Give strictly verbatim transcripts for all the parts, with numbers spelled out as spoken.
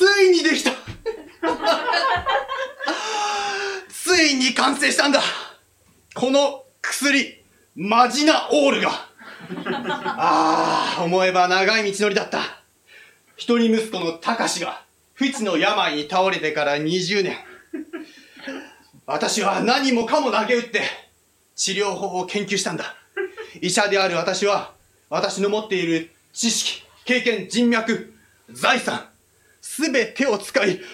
ついにできたついに完成したんだ。この薬、マジナオールが。ああ、思えば長い道のりだった。一人息子のタカシが不治の病に倒れてからにじゅうねん。私は何もかも投げ打って治療法を研究したんだ。医者である私は、私の持っている知識、経験、人脈、財産、すべてを使い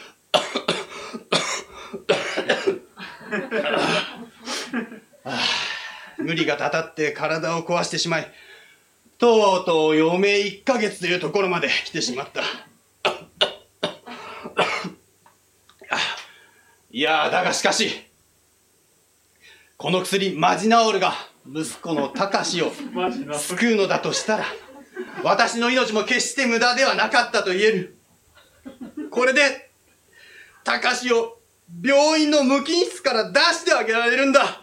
無理がたたって体を壊してしまい、とうとう余命いっかげつというところまで来てしまった。いやだがしかし、この薬マジナオールが息子のタカシを救うのだとしたら、私の命も決して無駄ではなかったと言える。これでタカシを病院の無菌室から出してあげられるんだ。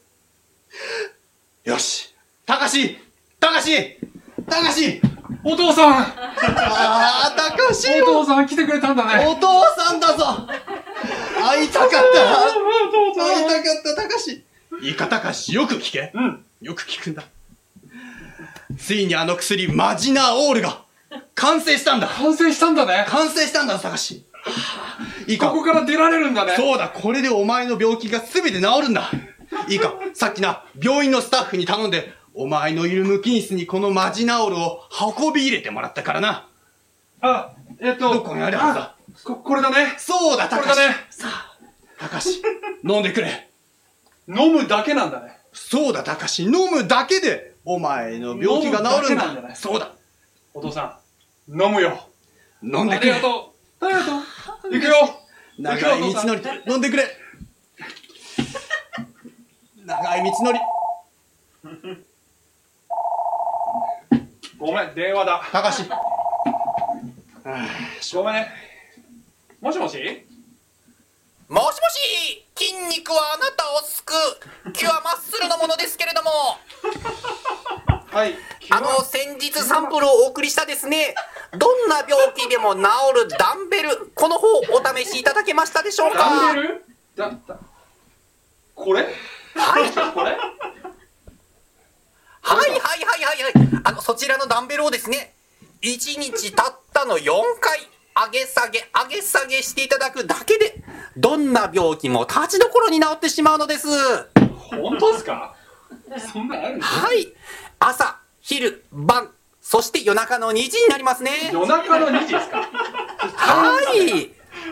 よし、タカシタカシタカシお父さん。 ああ、タカシお父さん来てくれたんだね。 お父さんだぞ。会いたかった。会いたかったタカシ。いいかタカシ、よく聞け。 うん。 よく聞くんだ。ついにあの薬マジナオールが完成したんだ。 完成したんだね。 完成したんだ、タカシ。いいか。 ここから出られるんだね。 そうだ、これでお前の病気が全て治るんだ。いいか、さっきな、病院のスタッフに頼んで、お前のいる無菌室にこのマジナオールを運び入れてもらったからな。 あ、えっと。 どこにあるはずだ。 こ、これだね。 そうだ、タカシ。 これだね。 さあ、タカシ、飲んでくれ。 飲むだけなんだね。 そうだ、タカシ、飲むだけで、お前の病気が治るんだ。 飲むだけなんだね。 そうだ。 お父さん、飲むよ。 飲んでくれ。 ありがとう。ありがとう。行くよ。 長い道のり、飲んでくれ。長い道のり。 ごめん、電話だ。 タカシ。 ごめんね。もしもしもしもし、筋肉はあなたを救うキュアマッスルのものですけれども、 はい。 あの先日サンプルをお送りしたですね、どんな病気でも治るダンベル、この方お試しいただけましたでしょうか。 ダンベルだ、だ、これはいこれはいはいはいはいはい。あのそちらのダンベルをですね、いちにちたったのよんかい上げ下げ上げ下げしていただくだけで、どんな病気も立ちどころに治ってしまうのです。 本当ですか？そんなあるんですか？ はい、朝昼晩、そして夜中のにじになりますね。 夜中のにじですか？ はい、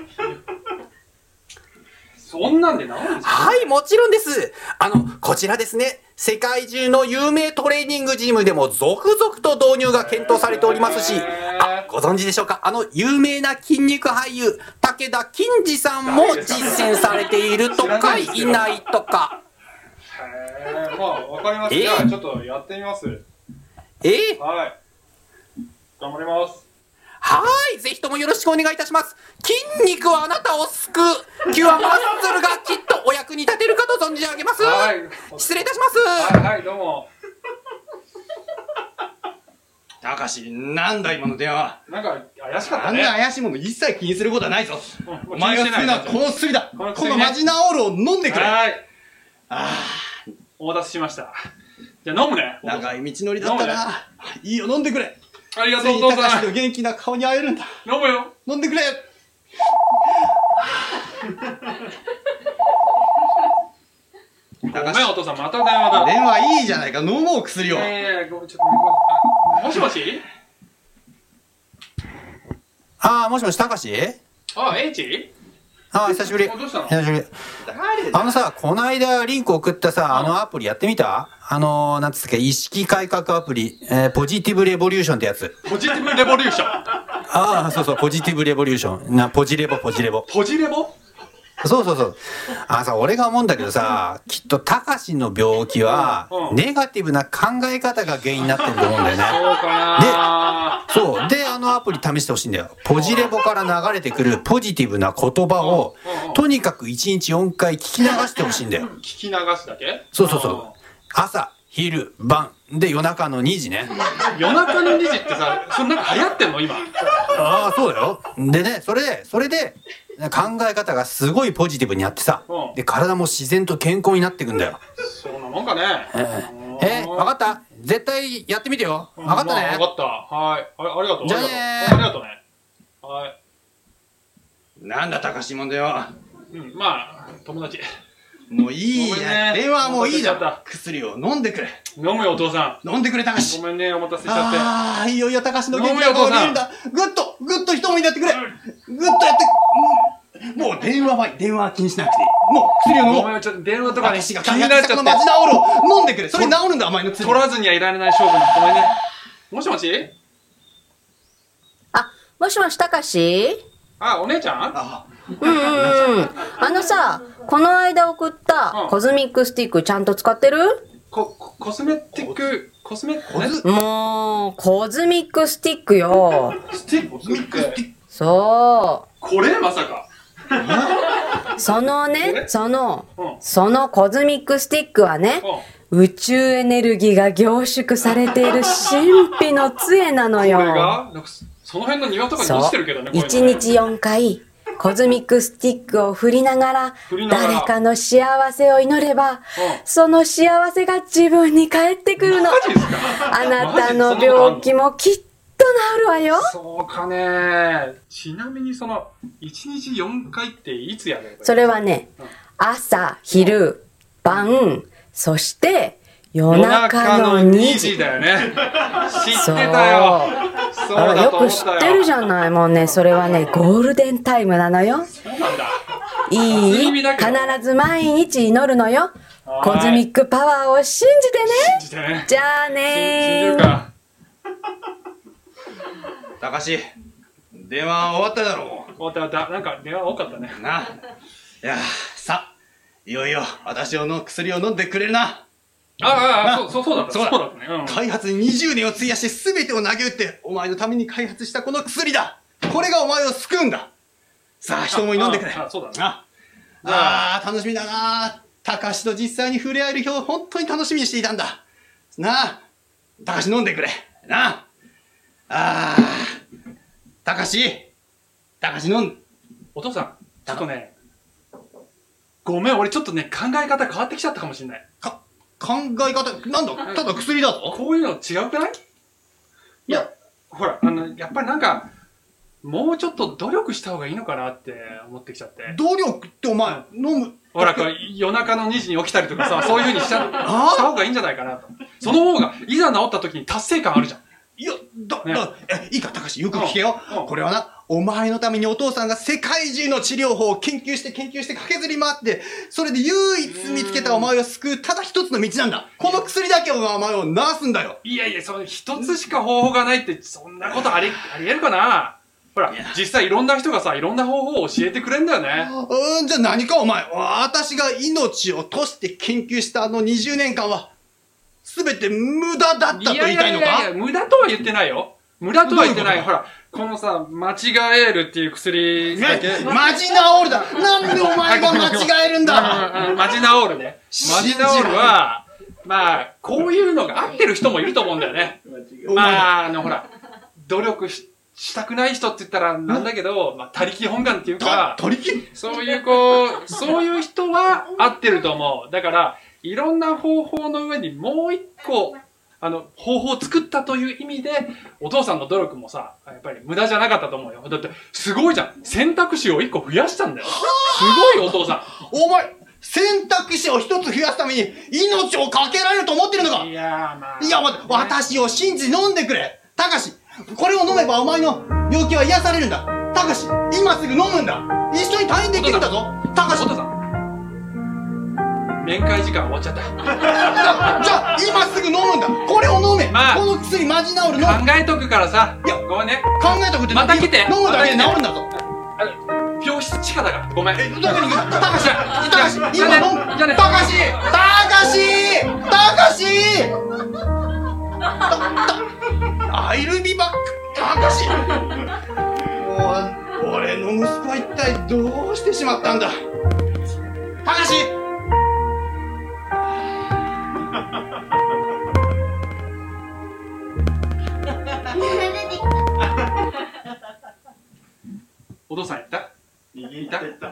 そんなんで治るんですか？ はい、もちろんです。あのこちらですね、世界中の有名トレーニングジムでも続々と導入が検討されておりますし、あ、ご存知でしょうか。あの有名な筋肉俳優武田金次さんも実践されているとかいないとか。 へえ、まあわかりました。 えーじゃあちょっとやってみます。 えー、 はい。頑張ります。 はい、ぜひともよろしくお願いいたします。筋肉はあなたを救うキュアマッスルがきっとお役に立てるかと存じ上げます。 はい。 失礼いたします。 はいはい、どうも。 タカシ、なんだ今の電話。 なんか怪しかったね。 あんな怪しいもの一切気にすることはないぞ。 うんお前が救うのはこの薬だ。 この薬ねこのマジナオールを飲んでくれ。 はい。 あお待たせしました。じゃあ飲むね。 あ、長い道のりだったな。いいよ、飲んでくれ。 ありがついとう、お父にタカシのさん。 元気な顔に会えるんだ。 飲むよ。 飲んでくれ。 ごめん、お父さん、また電話だ。 電話いいじゃないか。飲もう薬を。 いやいやいや、ごめん、ちょっとあ、もしもしあー、もしもし、たかし？ あ、エイチあー、久しぶり。 おどうしたの久しぶり。あのさ、この間リンク送ったさ、あのアプリやってみた？あのー、なんつったっけ、意識改革アプリ、えー、ポジティブレボリューションってやつ。 ポジティブレボリューション。 ああ、そうそう、ポジティブレボリューション。な、ポジレボ、ポジレボ。 ポジレボそうそうそう。あのさ、俺が思うんだけどさ、きっとたかしの病気は、 うんネガティブな考え方が原因になってると思うんだよね。 そうかなそう。で、あのアプリ試してほしいんだよ。ポジレボから流れてくるポジティブな言葉をうんうんうん、 とにかくいちにちよんかい聞き流してほしいんだよ。 聞き流すだけそうそうそう。朝、 昼、晩。で、夜中のにじね。 夜中のにじってさ、それなんか流行ってんの今。 ああ、そうだよ。でね、それで、それで、考え方がすごいポジティブになってさ、 うん、 で、体も自然と健康になっていくんだよ。 そんなもんかね。 えー、わかった？絶対やってみてよ。わかったね。 わ、まあ、かった。はい。あ、ありがとう。 じゃあねー。ありがとうね。はい。 なんだ、高志もんだよ。 うん、まあ、友達。 もういいや、 ね、 電話はもういいだろ。薬を飲んでくれ。 飲むよ、お父さん。 飲んでくれ、高志。 ごめんね、お待たせしちゃって。 ああ、いよいよ高志の元気な顔が見えるんだ。ぐっと、ぐっと一思いになってくれ。ぐっとやって、もう電話は、電話は気にしなくていい。もう薬を飲もう。 ごめん、ちょっと電話とかね、 私が開発したこのマジナオールを飲んでくれ。それ治るんだ、お前の薬。 取らずにはいられない勝負に。ごめんね。もしもし？ あ、もしもし、高志？ あ、お姉ちゃん？ あうんうんうん。あのさ、この間送ったコズミックスティックちゃんと使ってる？ こ、コスメティック、コスメ、 もう、コズミックスティックよ。 スティック？ミックスティック。 そう。 これまさか。 そのね、その、そのコズミックスティックはね、 うん、 宇宙エネルギーが凝縮されている神秘の杖なのよ。 これがその辺の庭とかに落ちてるけどね。 いちにちよんかい、コズミックスティックを振りながら、誰かの幸せを祈れば、その幸せが自分に返ってくるの。あなたの病気もきっと治るわよ。 そうかね。ちなみにその、いちにちよんかいっていつやればいい？ それはね、朝、昼、晩、そして、夜中のにじだよね。知ってたよ。そうあら、よく知だと思ったよ。 ってるじゃない。もうね、それはね、ゴールデンタイムなのよ。 そうなんだ。 いい？必ず毎日祈るのよ。コズミックパワーを信じてね。 信じてね。 じゃあねー。 信じるか。 高志、電話終わっただろう。 終わった終わった。なんか電話多かったね。 な。いや、さ、いよいよ私の薬を飲んでくれるな。 ああ、ああ、そう、そう、そうだった。 そうだそうだったね。うん。 開発ににじゅうねんを費やして全てを投げ打って、お前のために開発したこの薬だ。これがお前を救うんだ。さあ、一思い飲んでくれ。 ああ、そうだね。 ああ、楽しみだな。高志と実際に触れ合える日を本当に楽しみにしていたんだ。なあ、高志飲んでくれ。なあ。ああ、高志、高志飲ん。 お父さん、ちょっとね、ごめん、俺ちょっとね、考え方変わってきちゃったかもしれない。 か、考え方、なんだ、ただ薬だぞ。 こういうの違うくない？いや、ほら、あの、やっぱりなんか、もうちょっと努力した方がいいのかなって思ってきちゃって。 努力ってお前、飲む。 ほら、こう夜中のにじに起きたりとかさ、そういう風にしちゃ、した方がいいんじゃないかなと。その方が、いざ治った時に達成感あるじゃん。 いや、だ、 ね、 だ、え、いいか、高志、よく聞けよ。 うんうん、 これはな、お前のためにお父さんが世界中の治療法を研究して研究して駆けずり回って、それで唯一見つけたお前を救う、ただ一つの道なんだ。この薬だけをお前を治すんだよ。 いやいや、その一つしか方法がないって、そんなことあり、ありえるかな？ほら、実際いろんな人がさ、いろんな方法を教えてくれんだよね。 うん、じゃあ何かお前、私が命を賭して研究したあのにじゅうねんかんは、すべて無駄だったと言いたいのか？いやいやいや、 無駄とは言ってないよ。無駄とは言ってない。ほら、このさ、間違えるっていう薬だけ。 マジナオールだ。なんでお前が間違えるんだ。 マジナオールね。マジナオールは、まあ、こういうのが合ってる人もいると思うんだよね。まあ、あの、ほら、努力し、したくない人って言ったらなんだけど、まあ、他力本願っていうか、 他力？ そういうこう、そういう人は合ってると思う。だから、いろんな方法の上にもう一個、あの、方法を作ったという意味で、お父さんの努力もさ、やっぱり無駄じゃなかったと思うよ。だって、すごいじゃん。選択肢を一個増やしたんだよ。すごいお父さん。 お前、選択肢を一つ増やすために命をかけられると思ってるのか？ いやーまあ。 いや、待って、私を信じ飲んでくれ。たかし、これを飲めばお前の病気は癒されるんだ。たかし、今すぐ飲むんだ。一緒に退院できるんだぞ。たかし。 お父さん。面会時間終わっちゃった。 じゃあ、今すぐ飲むんだ。これを飲め。まあ、この薬マジ治るの。 考えとくからさ。いや、ごめんね。 考えとくってまた来て。 飲むだけで治るんだぞ。 病室地下だから。ごめん。 え、どこに行くんだ。たかし、たかし、今飲む。 じゃあね。 たかし、たかし、たかし。アイルビバック、たかし。もう、俺の息子は一体どうしてしまったんだ。たかし。 お父さん行った？ 右いた？ 行った。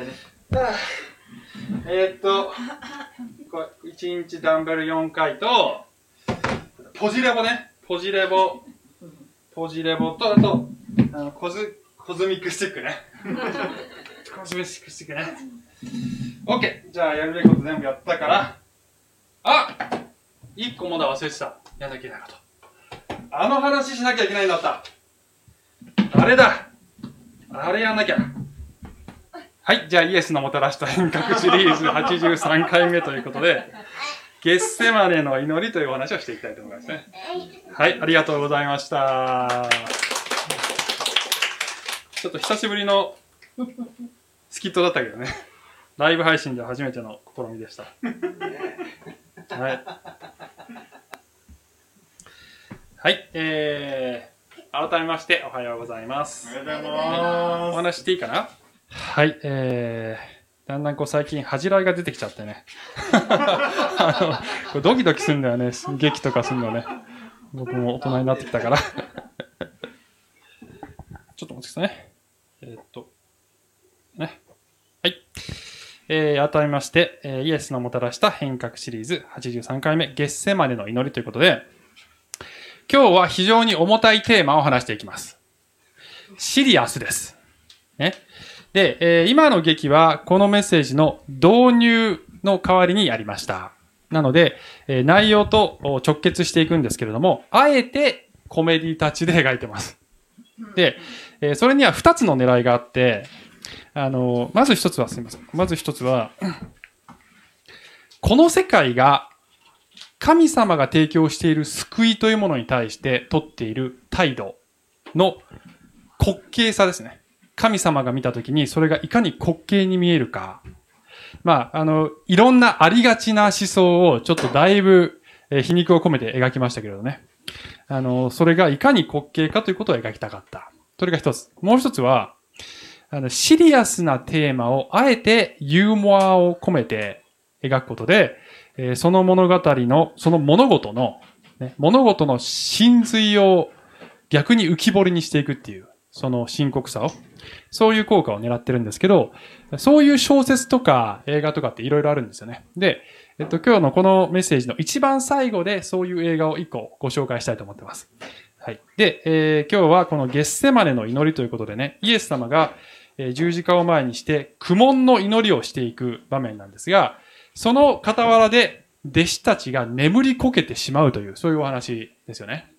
えー、っと、いちにちダンベルよんかいと、ポジレボね。ポジレボ、ポジレボと、あと、あのコズ、コズミックスティックね。コズミックスティックね。OK! じゃあやるべきこと全部やったから、あ！いっこまだ忘れてた。やんなきゃいけないこと。あの話しなきゃいけないんだった。あれだ。あれやんなきゃ。はい。じゃあイエスのもたらした変革シリーズはちじゅうさんかいめということで、ゲッセマネの祈りというお話をしていきたいと思いますね。はい。ありがとうございました。ちょっと久しぶりのスキットだったけどね。ライブ配信では初めての試みでした。はい。はい。えー、改めましておはようございます。 おはようございます。 お話していいかな？はい。えー、だんだんこう最近恥じらいが出てきちゃってね。あのこれドキドキするんだよね。劇とかするのね。僕も大人になってきたから。ちょっと待ってくださいね。えー、っと、ね。はい。えー、改めまして、えー、イエスのもたらした変革シリーズはちじゅうさんかいめ、ゲッセマネの祈りということで、今日は非常に重たいテーマを話していきます。シリアスです。ね。で、えー、今の劇はこのメッセージの導入の代わりにやりました。なので、えー、内容と直結していくんですけれども、あえてコメディタッチで描いてます。で、えー、それには二つの狙いがあって、あの、まず一つは、すみません。まず一つは、この世界が神様が提供している救いというものに対して取っている態度の滑稽さですね。神様が見たときにそれがいかに滑稽に見えるか。まあ、あの、いろんなありがちな思想をちょっとだいぶ皮肉を込めて描きましたけれどね。あの、それがいかに滑稽かということを描きたかった。それが一つ。もう一つは、あの、シリアスなテーマをあえてユーモアを込めて描くことで、えー、その物語の、その物事の、ね、物事の真髄を逆に浮き彫りにしていくっていう、その深刻さを、そういう効果を狙ってるんですけど、そういう小説とか映画とかっていろいろあるんですよね。で、えっと、今日のこのメッセージの一番最後でそういう映画を一個ご紹介したいと思ってます。はい。で、えー、今日はこのゲッセマネの祈りということでね、イエス様が十字架を前にして苦悶の祈りをしていく場面なんですが、その傍らで弟子たちが眠りこけてしまうという、そういうお話ですよね。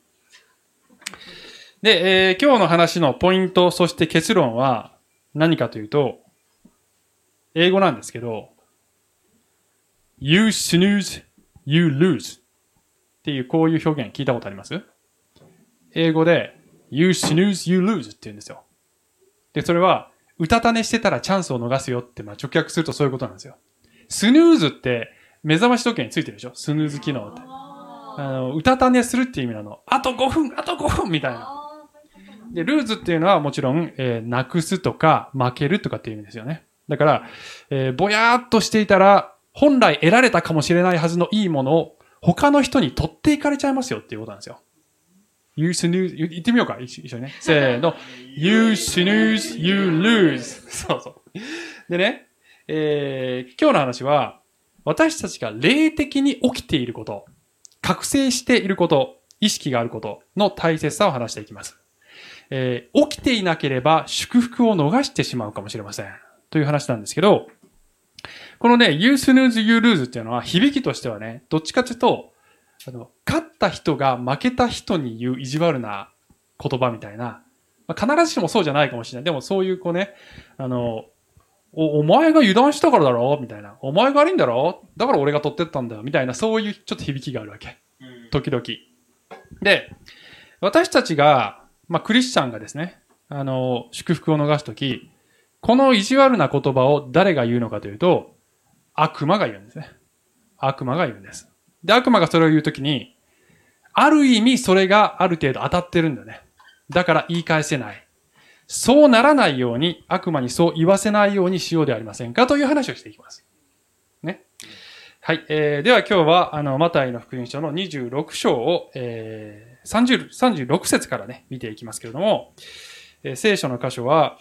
で、えー、今日の話のポイント、そして結論は何かというと、英語なんですけど、You snooze, you lose っていうこういう表現聞いたことあります？英語で You snooze, you lose って言うんですよ。で、それはうたた寝してたらチャンスを逃すよって、まあ、直訳するとそういうことなんですよ。スヌーズって目覚まし時計についてるでしょ？スヌーズ機能って。あの、うたた寝するっていう意味なの。あとごふん、あとごふんみたいな。で、ルーズっていうのはもちろん、えー、なくすとか負けるとかっていう意味ですよね。だから、えー、ぼやーっとしていたら、本来得られたかもしれないはずのいいものを他の人に取っていかれちゃいますよっていうことなんですよ。You snooze, 言ってみようか、一緒にね。せーの。You snooze, you lose. そうそう。でね、えー、今日の話は、私たちが霊的に起きていること、覚醒していること、意識があることの大切さを話していきます。えー、起きていなければ祝福を逃してしまうかもしれません。という話なんですけど、このね、You snooze, you lose っていうのは響きとしてはね、どっちかというと、あの、勝った人が負けた人に言う意地悪な言葉みたいな、まあ、必ずしもそうじゃないかもしれない。でもそういうこうね、あの、お、お前が油断したからだろみたいな。お前が悪いんだろだから俺が取ってったんだよみたいな、そういうちょっと響きがあるわけ。時々。で、私たちが、まあクリスチャンがですね、あの、祝福を逃すとき、この意地悪な言葉を誰が言うのかというと、悪魔が言うんですね。悪魔が言うんです。で、悪魔がそれを言うときに、ある意味それがある程度当たってるんだね。だから言い返せない。そうならないように、悪魔にそう言わせないようにしようではありませんかという話をしていきます。ね。はい。えー、では今日は、あの、マタイの福音書のにじゅうろく章を、えー、さんじゅう、さんじゅうろく節からね、見ていきますけれども、えー、聖書の箇所は、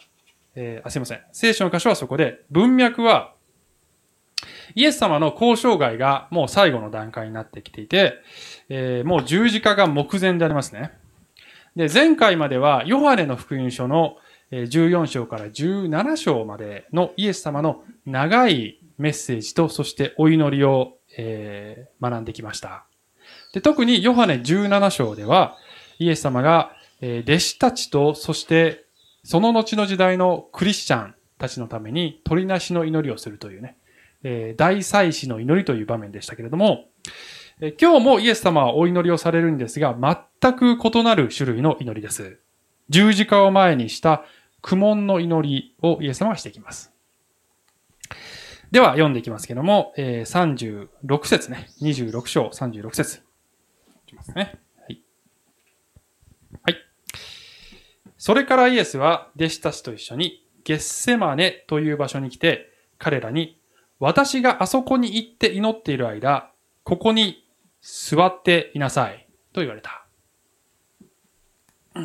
えー、あ、すいません。聖書の箇所はそこで、文脈は、イエス様の交渉外がもう最後の段階になってきていて、えー、もう十字架が目前でありますね。で、前回まではヨハネの福音書のじゅうよん章からじゅうなな章までのイエス様の長いメッセージと、そしてお祈りを、えー、学んできました。で、特にヨハネじゅうなな章では、イエス様が、えー、弟子たちと、そしてその後の時代のクリスチャンたちのために取りなしの祈りをするというね、えー、大祭司の祈りという場面でしたけれども、えー、今日もイエス様はお祈りをされるんですが、全く異なる種類の祈りです。十字架を前にした苦悶の祈りをイエス様はしていきます。では読んでいきますけども、えー、さんじゅうろく節ね。にじゅうろく章さんじゅうろく節。いきますね。はい。はい。それからイエスは弟子たちと一緒にゲッセマネという場所に来て、彼らに、私があそこに行って祈っている間、ここに座っていなさいと言われた。うん、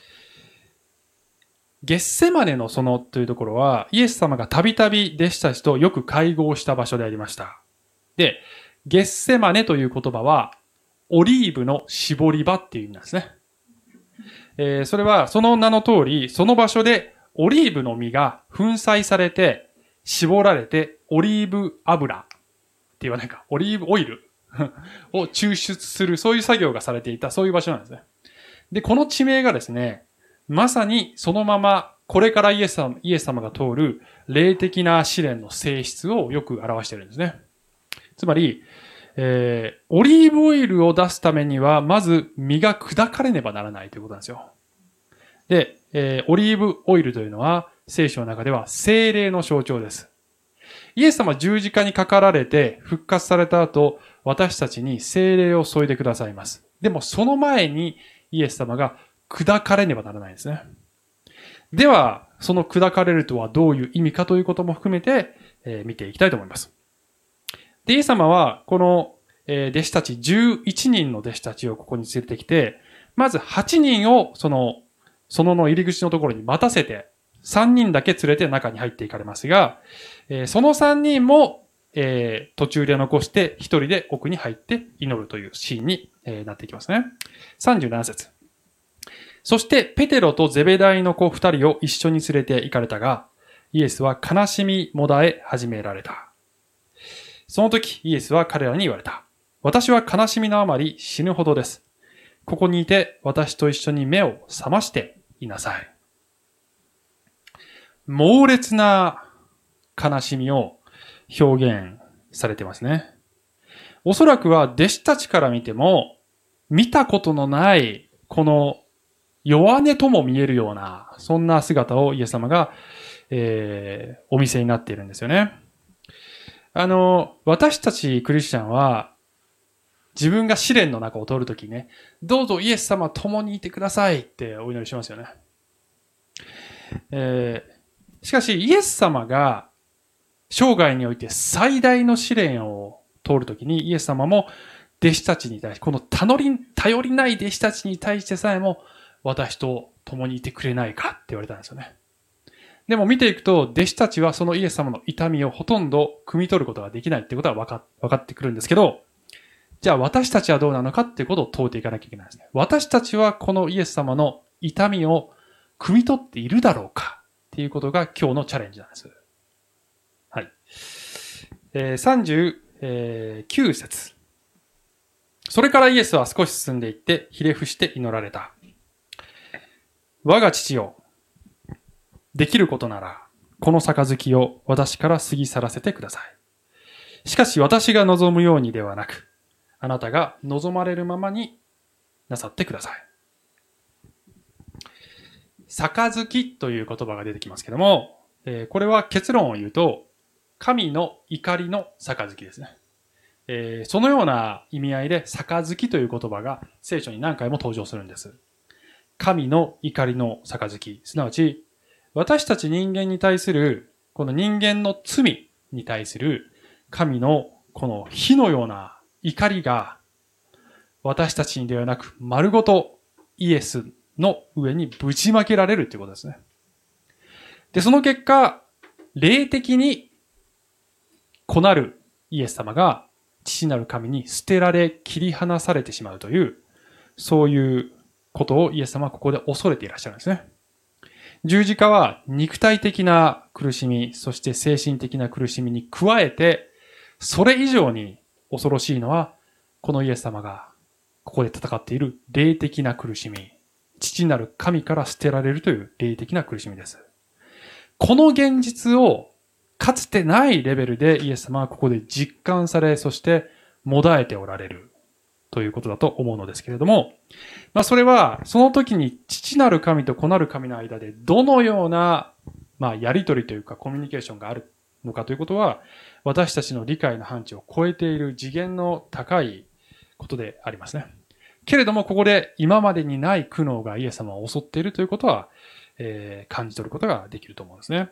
ゲッセマネの園というところは、イエス様がたびたび弟子たちとよく会合した場所でありました。で、ゲッセマネという言葉は、オリーブの絞り場っていう意味なんですね。えー、それはその名の通り、その場所でオリーブの実が粉砕されて、絞られて、オリーブ油って言わないか、オリーブオイルを抽出する、そういう作業がされていた、そういう場所なんですね。で、この地名がですね、まさにそのまま、これからイエス様、イエス様が通る霊的な試練の性質をよく表しているんですね。つまり、えー、オリーブオイルを出すためには、まず実が砕かれねばならないということなんですよ。で、えー、オリーブオイルというのは、聖書の中では聖霊の象徴です。イエス様は十字架にかかられて復活された後、私たちに聖霊を注いでくださいます。でもその前にイエス様が砕かれねばならないんですね。では、その砕かれるとはどういう意味かということも含めて、えー、見ていきたいと思います。で、イエス様はこの、えー、弟子たちじゅういちにんの弟子たちをここに連れてきて、まずはちにんをその、そのの入り口のところに待たせて、さんにんだけ連れて中に入っていかれますが、えー、そのさんにんも、えー、途中で残してひとりで奥に入って祈るというシーンに、えー、なっていきますね。さんじゅうなな節。そしてペテロとゼベダイの子ふたりを一緒に連れて行かれたが、イエスは悲しみもだえ始められた。その時イエスは彼らに言われた。私は悲しみのあまり死ぬほどです。ここにいて私と一緒に目を覚ましていなさい。猛烈な悲しみを表現されてますね。おそらくは弟子たちから見ても、見たことのないこの弱音とも見えるような、そんな姿をイエス様が、えー、お見せになっているんですよね。あの、私たちクリスチャンは、自分が試練の中を通るときね、どうぞイエス様共にいてくださいってお祈りしますよね。えーしかし、イエス様が生涯において最大の試練を通るときに、イエス様も弟子たちに対して、この頼り、頼りない弟子たちに対してさえも、私と共にいてくれないかって言われたんですよね。でも見ていくと、弟子たちはそのイエス様の痛みをほとんど汲み取ることができないってことは分か、分かってくるんですけど、じゃあ私たちはどうなのかっていうことを問うていかなきゃいけないですね。私たちはこのイエス様の痛みを汲み取っているだろうかっていうことが今日のチャレンジなんです。はい。えー、さんじゅうきゅう節。それからイエスは少し進んでいって、ひれ伏して祈られた。我が父よ、できることなら、この杯を私から過ぎ去らせてください。しかし私が望むようにではなく、あなたが望まれるままになさってください。杯という言葉が出てきますけども、えー、これは結論を言うと、神の怒りの杯ですね。えー、そのような意味合いで、杯という言葉が聖書に何回も登場するんです。神の怒りの杯、すなわち、私たち人間に対する、この人間の罪に対する神のこの火のような怒りが、私たちにではなく丸ごとイエスの上にぶちまけられるということですね。 で、その結果、霊的に子なるイエス様が父なる神に捨てられ、切り離されてしまうという、そういうことをイエス様はここで恐れていらっしゃるんですね。十字架は肉体的な苦しみ、そして精神的な苦しみに加えて、それ以上に恐ろしいのは、このイエス様がここで戦っている霊的な苦しみ、父なる神から捨てられるという霊的な苦しみです。この現実をかつてないレベルでイエス様はここで実感され、そしてもだえておられるということだと思うのですけれども、まあそれはその時に父なる神と子なる神の間でどのようなまあやりとりというかコミュニケーションがあるのかということは、私たちの理解の範疇を超えている次元の高いことでありますね。けれどもここで今までにない苦悩がイエス様を襲っているということは、えー、感じ取ることができると思うんですね。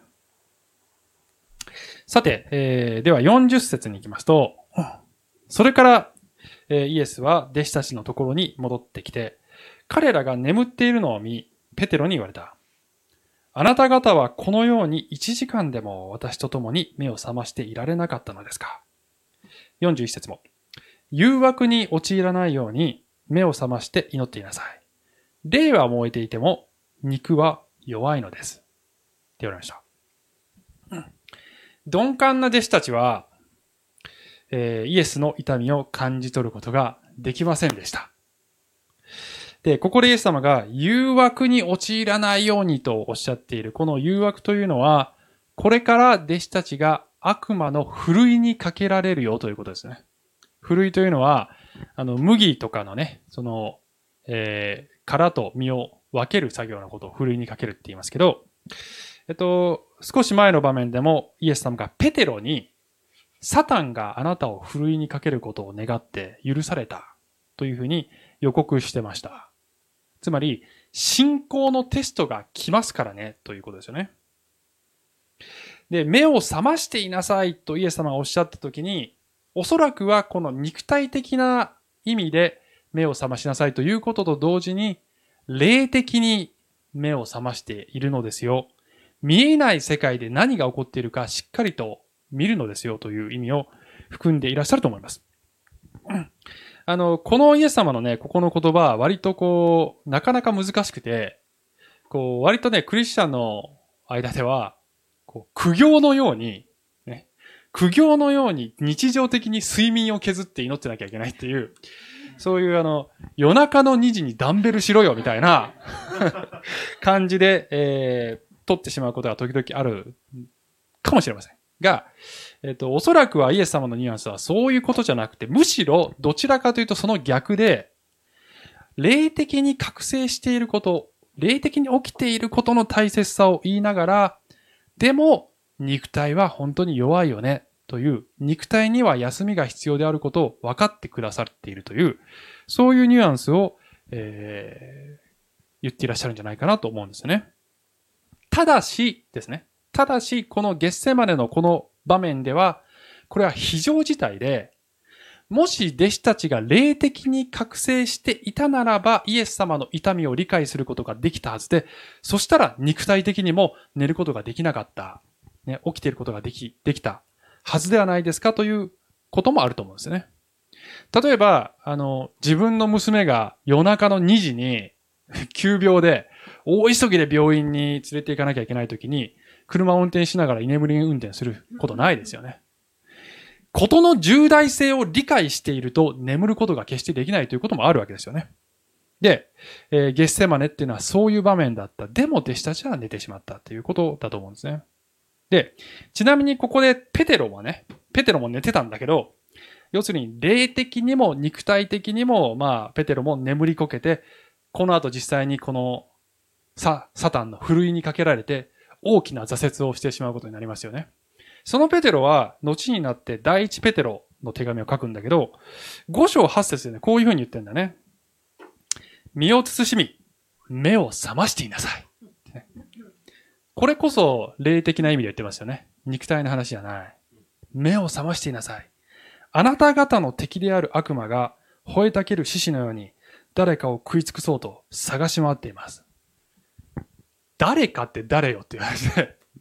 さて、えー、ではよんじゅっ節に行きますと、それから、えー、イエスは弟子たちのところに戻ってきて、彼らが眠っているのを見、ペテロに言われた。あなた方はこのように一時間でも私と共に目を覚ましていられなかったのですか。よんじゅういち節も、誘惑に陥らないように目を覚まして祈っていなさい。霊は燃えていても肉は弱いのです。って言われました。うん、鈍感な弟子たちは、えー、イエスの痛みを感じ取ることができませんでした。で、ここでイエス様が誘惑に陥らないようにとおっしゃっている、この誘惑というのは、これから弟子たちが悪魔のふるいにかけられるよということですね。ふるいというのは、あの、麦とかのね、その、えー、殻と実を分ける作業のことをふるいにかけるって言いますけど、えっと、少し前の場面でもイエス様がペテロに、サタンがあなたをふるいにかけることを願って許されたというふうに予告してました。つまり、信仰のテストが来ますからね、ということですよね。で、目を覚ましていなさいとイエス様がおっしゃったときに、おそらくはこの肉体的な意味で目を覚ましなさいということと同時に、霊的に目を覚ましているのですよ。見えない世界で何が起こっているかしっかりと見るのですよという意味を含んでいらっしゃると思います。あの、このイエス様のね、ここの言葉は割とこう、なかなか難しくて、こう、割とね、クリスチャンの間では、こう、苦行のように、ね、苦行のように日常的に睡眠を削って祈ってなきゃいけないっていう、そういうあの、夜中のにじにダンベルしろよみたいな感じで、えー、取ってしまうことが時々あるかもしれません。が、えっと、おそらくはイエス様のニュアンスはそういうことじゃなくて、むしろどちらかというとその逆で、霊的に覚醒していること、霊的に起きていることの大切さを言いながら、でも肉体は本当に弱いよねという、肉体には休みが必要であることを分かってくださっているという、そういうニュアンスを、えー、言っていらっしゃるんじゃないかなと思うんですよね。ただしですね。ただし、このゲッセマネのこの場面では、これは非常事態で、もし弟子たちが霊的に覚醒していたならば、イエス様の痛みを理解することができたはずで、そしたら肉体的にも寝ることができなかった、ね、起きていることができ、できたはずではないですかということもあると思うんですよね。例えば、あの、自分の娘が夜中のにじに急病で、大急ぎで病院に連れて行かなきゃいけないときに、車を運転しながら居眠り運転することないですよね。ことの重大性を理解していると眠ることが決してできないということもあるわけですよね。で、えー、ゲッセマネっていうのはそういう場面だった。でも弟子たちは寝てしまったということだと思うんですね。で、ちなみにここでペテロもね、ペテロも寝てたんだけど、要するに霊的にも肉体的にも、まあ、ペテロも眠りこけて、この後実際にこのサ、サタンのふるいにかけられて、大きな挫折をしてしまうことになりますよね。そのペテロは、後になって第一ペテロの手紙を書くんだけど、ご章はち節でね、こういうふうに言ってんだね。身を慎み、目を覚ましていなさい。これこそ霊的な意味で言ってますよね。肉体の話じゃない。目を覚ましていなさい。あなた方の敵である悪魔が吠えたける獅子のように誰かを食い尽くそうと探し回っています。誰かって誰よって言われて、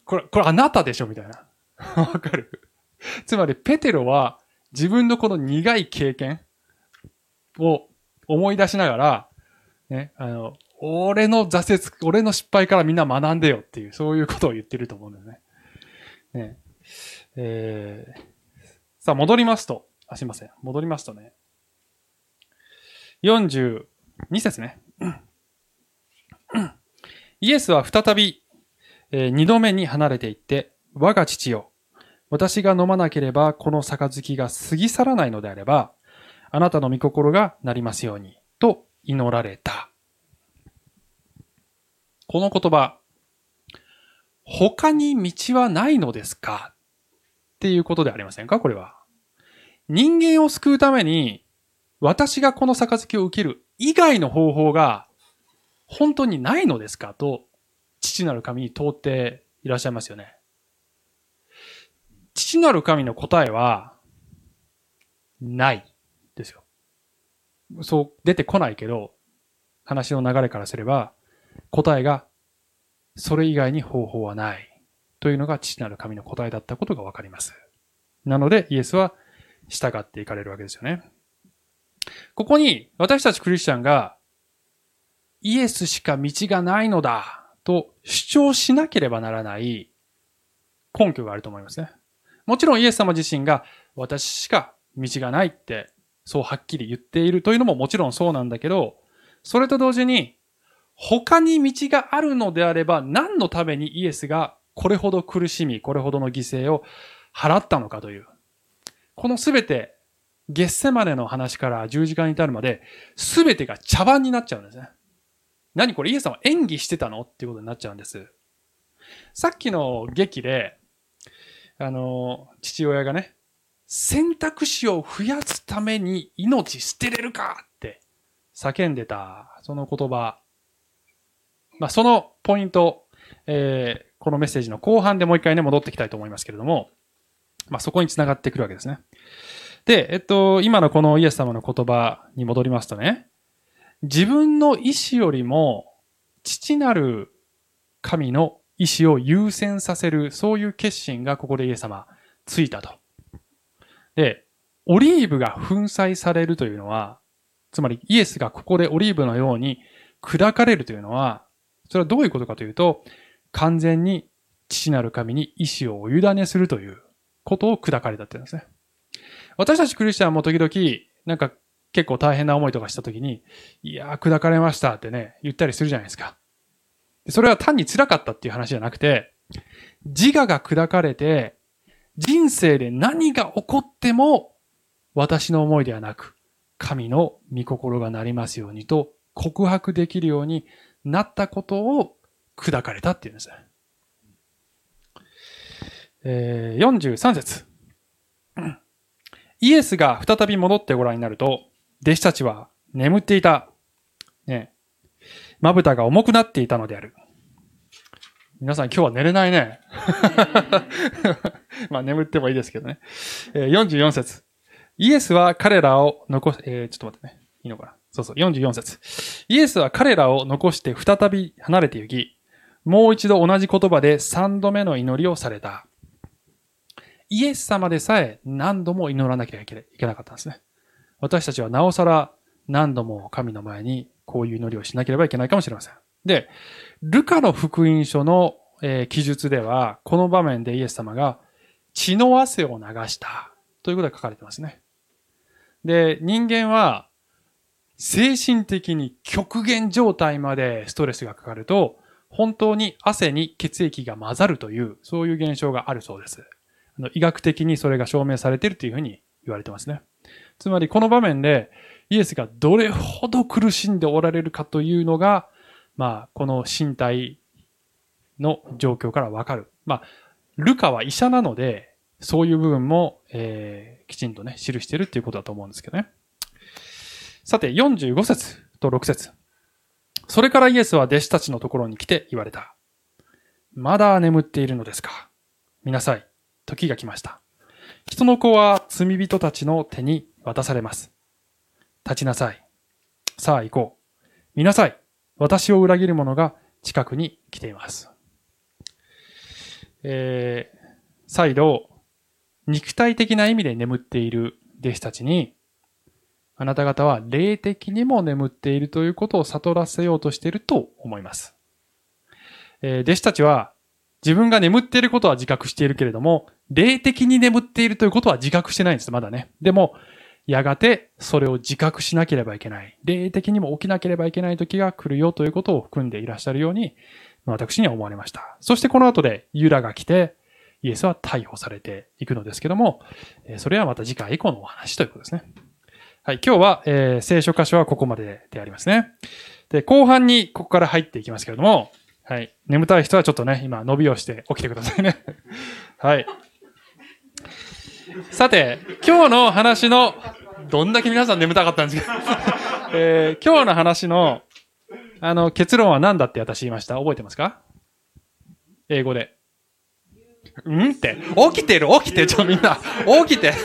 これ、これあなたでしょみたいな。わかる？つまり、ペテロは自分のこの苦い経験を思い出しながら、ね、あの、俺の挫折、俺の失敗からみんな学んでよっていう、そういうことを言ってると思うんだよね。ねえー、さあ、戻りますと、あ、すいません。戻りますとね。よんじゅうに節ね。イエスは再び、えー、二度目に離れていって、我が父よ、私が飲まなければこの杯が過ぎ去らないのであれば、あなたの御心がなりますように、と祈られた。この言葉、他に道はないのですかっていうことでありませんか？これは。人間を救うために、私がこの杯を受ける以外の方法が本当にないのですかと、父なる神に問うていらっしゃいますよね。父なる神の答えは、ないですよ。そう出てこないけど、話の流れからすれば、答えが、それ以外に方法はないというのが父なる神の答えだったことがわかります。なのでイエスは従っていかれるわけですよね。ここに私たちクリスチャンがイエスしか道がないのだと主張しなければならない根拠があると思いますね。もちろんイエス様自身が私しか道がないってそうはっきり言っているというのももちろんそうなんだけど、それと同時に他に道があるのであれば何のためにイエスがこれほど苦しみ、これほどの犠牲を払ったのかという。このすべて、ゲッセマネの話から十字架に至るまで、すべてが茶番になっちゃうんですね。何これイエス様演技してたのっていうことになっちゃうんです。さっきの劇で、あの、父親がね、選択肢を増やすために命捨てれるかって叫んでた、その言葉。まあ、そのポイント、えー、このメッセージの後半でもう一回ね、戻ってきたいと思いますけれども、まあ、そこに繋がってくるわけですね。で、えっと、今のこのイエス様の言葉に戻りますとね、自分の意志よりも、父なる神の意志を優先させる、そういう決心がここでイエス様、ついたと。で、オリーブが粉砕されるというのは、つまりイエスがここでオリーブのように砕かれるというのは、それはどういうことかというと、完全に父なる神に意志をお委ねするということを砕かれたっていうんですね。私たちクリスチャンも時々、なんか結構大変な思いとかした時に、いやー砕かれましたってね、言ったりするじゃないですか。それは単に辛かったっていう話じゃなくて、自我が砕かれて、人生で何が起こっても、私の思いではなく、神の御心がなりますようにと告白できるようになったことを砕かれたっていうんですね。えー、よんじゅうさん節。イエスが再び戻ってご覧になると、弟子たちは眠っていた。ね。まぶたが重くなっていたのである。皆さん今日は寝れないね。まあ眠ってもいいですけどね。よんじゅうよん節。イエスは彼らを残し、えー、ちょっと待ってね。いいのかな。そうそう、よんじゅうよん節。イエスは彼らを残して再び離れて行き、もう一度同じ言葉で三度目の祈りをされた。イエス様でさえ何度も祈らなきゃいけなかったんですね。私たちはなおさら何度も神の前にこういう祈りをしなければいけないかもしれません。で、ルカの福音書の、えー、記述では、この場面でイエス様が血の汗を流したということが書かれてますね。で、人間は精神的に極限状態までストレスがかかると、本当に汗に血液が混ざるという、そういう現象があるそうです。あの医学的にそれが証明されているというふうに言われてますね。つまりこの場面でイエスがどれほど苦しんでおられるかというのが、まあ、この身体の状況からわかる。まあ、ルカは医者なので、そういう部分も、えー、きちんとね、記しているっていうことだと思うんですけどね。さて、よんじゅうご節とろく節。それからイエスは弟子たちのところに来て言われた。まだ眠っているのですか。見なさい。時が来ました。人の子は罪人たちの手に渡されます。立ちなさい。さあ行こう。見なさい。私を裏切る者が近くに来ています。 えー、再度、肉体的な意味で眠っている弟子たちに、あなた方は霊的にも眠っているということを悟らせようとしていると思います。えー、弟子たちは自分が眠っていることは自覚しているけれども、霊的に眠っているということは自覚してないんです、まだね。でも、やがてそれを自覚しなければいけない。霊的にも起きなければいけない時が来るよということを含んでいらっしゃるように、私には思われました。そしてこの後でユダが来て、イエスは逮捕されていくのですけども、それはまた次回以降のお話ということですね。はい、今日は、えー、聖書箇所はここまででありますね。で、後半にここから入っていきますけれども、はい、眠たい人はちょっとね、今伸びをして起きてくださいね。はい。さて、今日の話の、どんだけ皆さん眠たかったんですか、えー、今日の話の、あの、結論は何だって私言いました？覚えてますか？英語で。んって、起きてる、起きて、ちょ、みんな、起きて。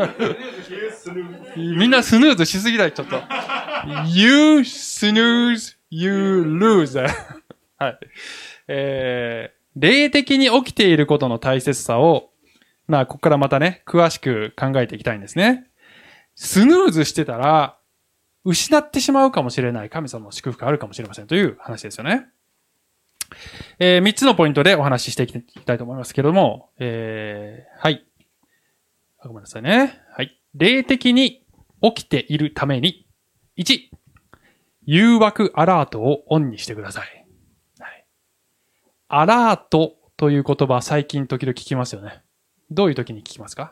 みんなスヌーズしすぎだよ、ちょっと。You snooze, you lose. はい。えー、霊的に起きていることの大切さを、まあ、ここからまたね、詳しく考えていきたいんですね。スヌーズしてたら、失ってしまうかもしれない神様の祝福があるかもしれませんという話ですよね。えー、三つのポイントでお話ししていきたいと思いますけれども、えー、はい。ごめんなさいね。はい。霊的に起きているために、いち、誘惑アラートをオンにしてください。はい、アラートという言葉、最近時々聞きますよね。どういう時に聞きますか？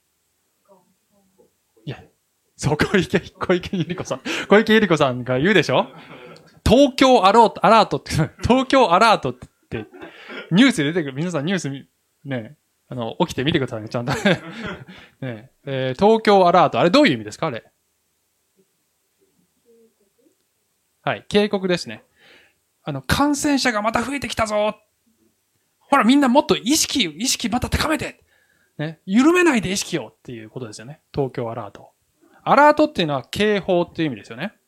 いや、そう、小池、小池百合子さん。小池百合子さんが言うでしょ？東京アロート、アラートって、東京アラートって、ニュースで出てくる。皆さんニュースね、あの、起きてみてくださいね、ちゃんと。ねえー、東京アラート。あれどういう意味ですか？あれ。はい、警告ですね。あの、感染者がまた増えてきたぞ。ほら、みんなもっと意識、意識また高めて。ね、緩めないで意識をっていうことですよね。東京アラート。アラートっていうのは警報っていう意味ですよね。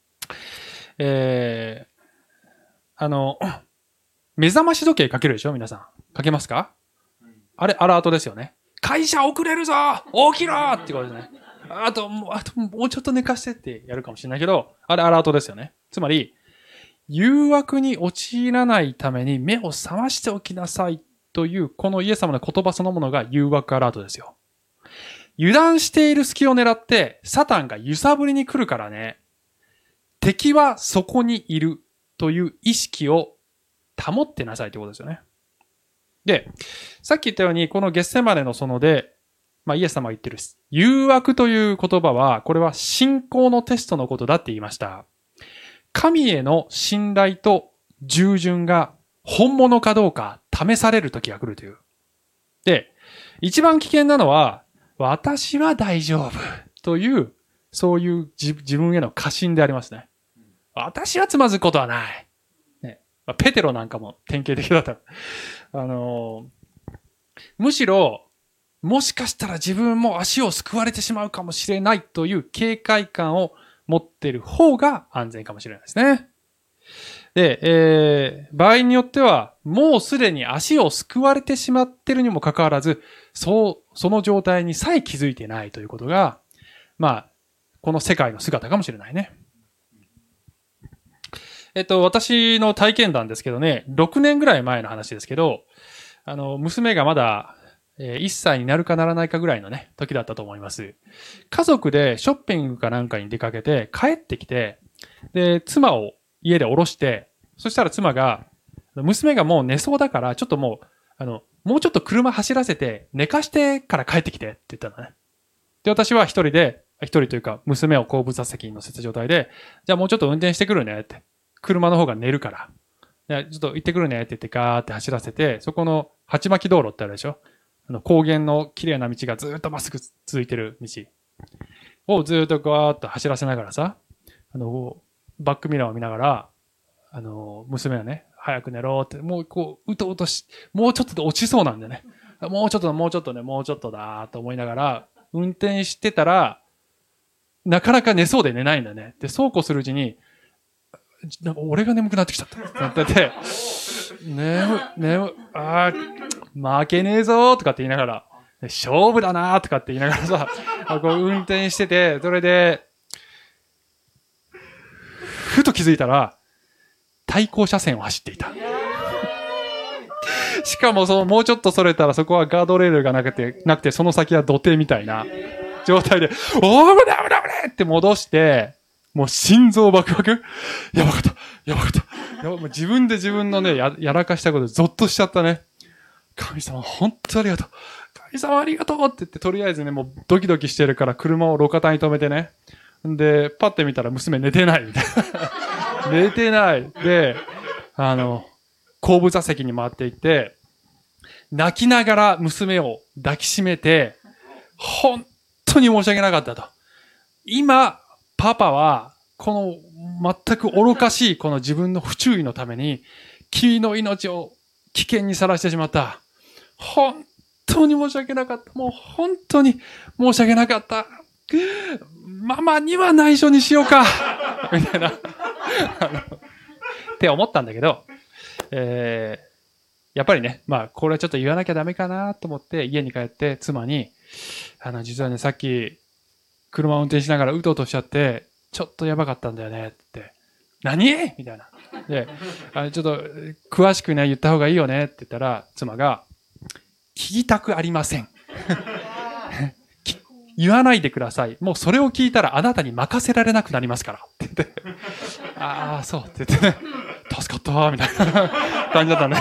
えー、あの、目覚まし時計かけるでしょ皆さん。かけますか？あれ、アラートですよね。会社遅れるぞ起きろってことですね。あと、もう、あと、もうちょっと寝かしてってやるかもしれないけど、あれ、アラートですよね。つまり、誘惑に陥らないために目を覚ましておきなさいという、このイエス様の言葉そのものが誘惑アラートですよ。油断している隙を狙って、サタンが揺さぶりに来るからね、敵はそこにいるという意識を保ってなさいということですよね。で、さっき言ったように、このゲッセマネの園で、まあイエス様が言ってる誘惑という言葉は、これは信仰のテストのことだって言いました。神への信頼と従順が本物かどうか試される時が来るという。で、一番危険なのは、私は大丈夫という、そういう自分への過信でありますね。私はつまずくことはない。ね、ペテロなんかも典型的だった。あのー、むしろ、もしかしたら自分も足をすくわれてしまうかもしれないという警戒感を持っている方が安全かもしれないですね。で、えー、場合によっては、もうすでに足をすくわれてしまっているにもかかわらず、そう、その状態にさえ気づいていないということが、まあ、この世界の姿かもしれないね。えっと、私の体験談ですけどね、ろくねんぐらい前の話ですけど、あの、娘がまだ、いっさいになるかならないかぐらいのね、時だったと思います。家族でショッピングかなんかに出かけて帰ってきて、で、妻を家で降ろして、そしたら妻が、娘がもう寝そうだから、ちょっともう、あの、もうちょっと車走らせて寝かしてから帰ってきてって言ったのね。で、私は一人で、一人というか、娘を後部座席に乗せた状態で、じゃあもうちょっと運転してくるねって。車の方が寝るから。ちょっと行ってくるねって言ってガーって走らせて、そこの鉢巻き道路ってあるでしょ？あの高原の綺麗な道がずっとまっすぐ続いてる道をずっとガーッと走らせながらさ、あの、バックミラーを見ながら、あの、娘はね、早く寝ろって、もうこう、うとうとし、もうちょっとで落ちそうなんだよね。もうちょっと、もうちょっとね、もうちょっとだと思いながら、運転してたら、なかなか寝そうで寝ないんだね。で、そうこうするうちに、なんか俺が眠くなってきちゃった。なってて、眠、眠、 あー、負けねえぞーとかって言いながら、勝負だなーとかって言いながらさ、こう運転してて、それで、ふと気づいたら、対向車線を走っていた。しかもその、もうちょっとそれたらそこはガードレールがなくて、なくて、その先は土手みたいな状態で、おー、危ない危ない危ないって戻して、もう心臓バクバク。やばかった。やばかった。やばもう自分で自分のね、や、やらかしたことでゾッとしちゃったね。神様、本当ありがとう。神様ありがとうって言って、とりあえずね、もうドキドキしてるから車を路肩に止めてね。んで、パッて見たら娘寝てないみたいな。寝てない。で、あの、後部座席に回っていって、泣きながら娘を抱きしめて、本当に申し訳なかったと。今、パパは、この全く愚かしいこの自分の不注意のために、君の命を危険にさらしてしまった。本当に申し訳なかった。もう本当に申し訳なかった。ママには内緒にしようか。みたいな。って思ったんだけど、えー、やっぱりね、まあ、これはちょっと言わなきゃダメかなと思って家に帰って妻に、あの、実はね、さっき、車を運転しながらうとうとしちゃって、ちょっとやばかったんだよねって。何みたいな。で、あのちょっと詳しくね、言った方がいいよねって言ったら、妻が、聞きたくありません。言わないでください。もうそれを聞いたらあなたに任せられなくなりますから。って言って、ああ、そうって言ってね、助かったわ、みたいな感じだったね。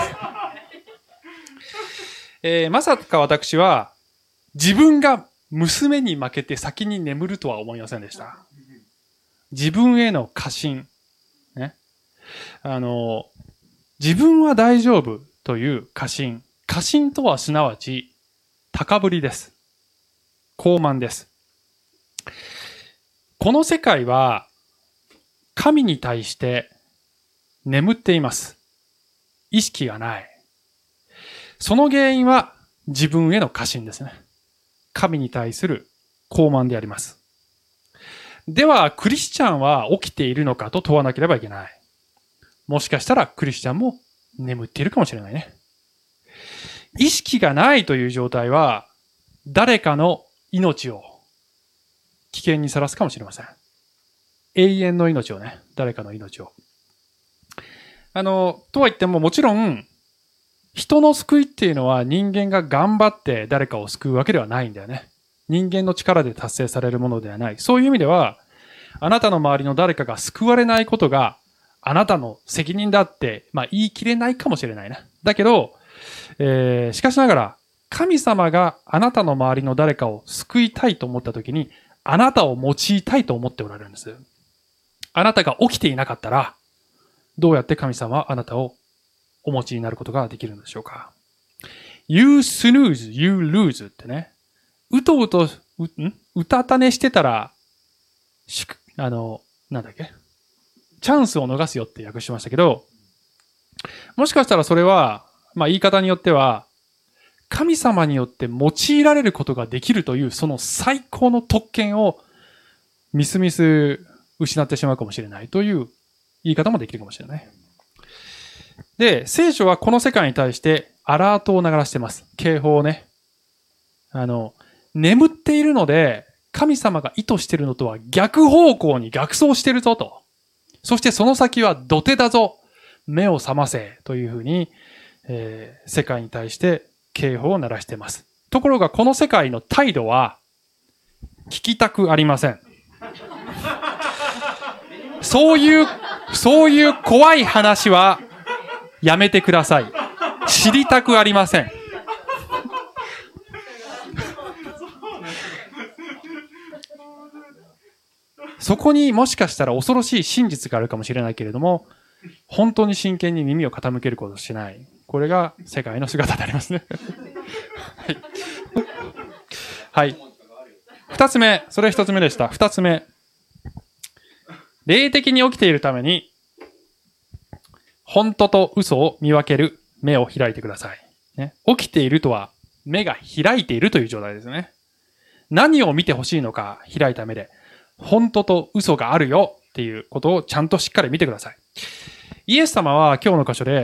えー、まさか私は、自分が娘に負けて先に眠るとは思いませんでした。自分への過信。ね。あの、自分は大丈夫という過信。過信とはすなわち、高ぶりです。高慢です。この世界は、神に対して眠っています。意識がない。その原因は自分への過信ですね。神に対する高慢であります。では、クリスチャンは起きているのかと問わなければいけない。もしかしたらクリスチャンも眠っているかもしれないね。意識がないという状態は、誰かの命を危険にさらすかもしれません。永遠の命をね、誰かの命を。あの、とは言ってももちろん、人の救いっていうのは人間が頑張って誰かを救うわけではないんだよね。人間の力で達成されるものではない。そういう意味では、あなたの周りの誰かが救われないことがあなたの責任だって、まあ言い切れないかもしれないな。だけど、えー、しかしながら、神様があなたの周りの誰かを救いたいと思ったときに、あなたを用いたいと思っておられるんです。あなたが起きていなかったら、どうやって神様はあなたをお持ちになることができるんでしょうか。You snooze, you lose ってね。うとうと、う、んうたた寝してたら、しく、あの、なんだっけチャンスを逃すよって訳しましたけど、もしかしたらそれは、まあ言い方によっては、神様によって用いられることができるというその最高の特権をみすみす失ってしまうかもしれないという言い方もできるかもしれない。で、聖書はこの世界に対してアラートを鳴らしています。警報をね。あの、眠っているので神様が意図しているのとは逆方向に逆走しているぞと。そしてその先は土手だぞ。目を覚ませというふうに、えー、世界に対して警報を鳴らしています。ところがこの世界の態度は聞きたくありません。そういう、そういう怖い話はやめてください。知りたくありません。そこにもしかしたら恐ろしい真実があるかもしれないけれども、本当に真剣に耳を傾けることをしない。これが世界の姿でありますね。はい。はい。二つ目、それ一つ目でした。二つ目。霊的に起きているために、本当と嘘を見分ける目を開いてください。ね、起きているとは、目が開いているという状態ですね。何を見てほしいのか開いた目で、本当と嘘があるよっていうことをちゃんとしっかり見てください。イエス様は今日の箇所で、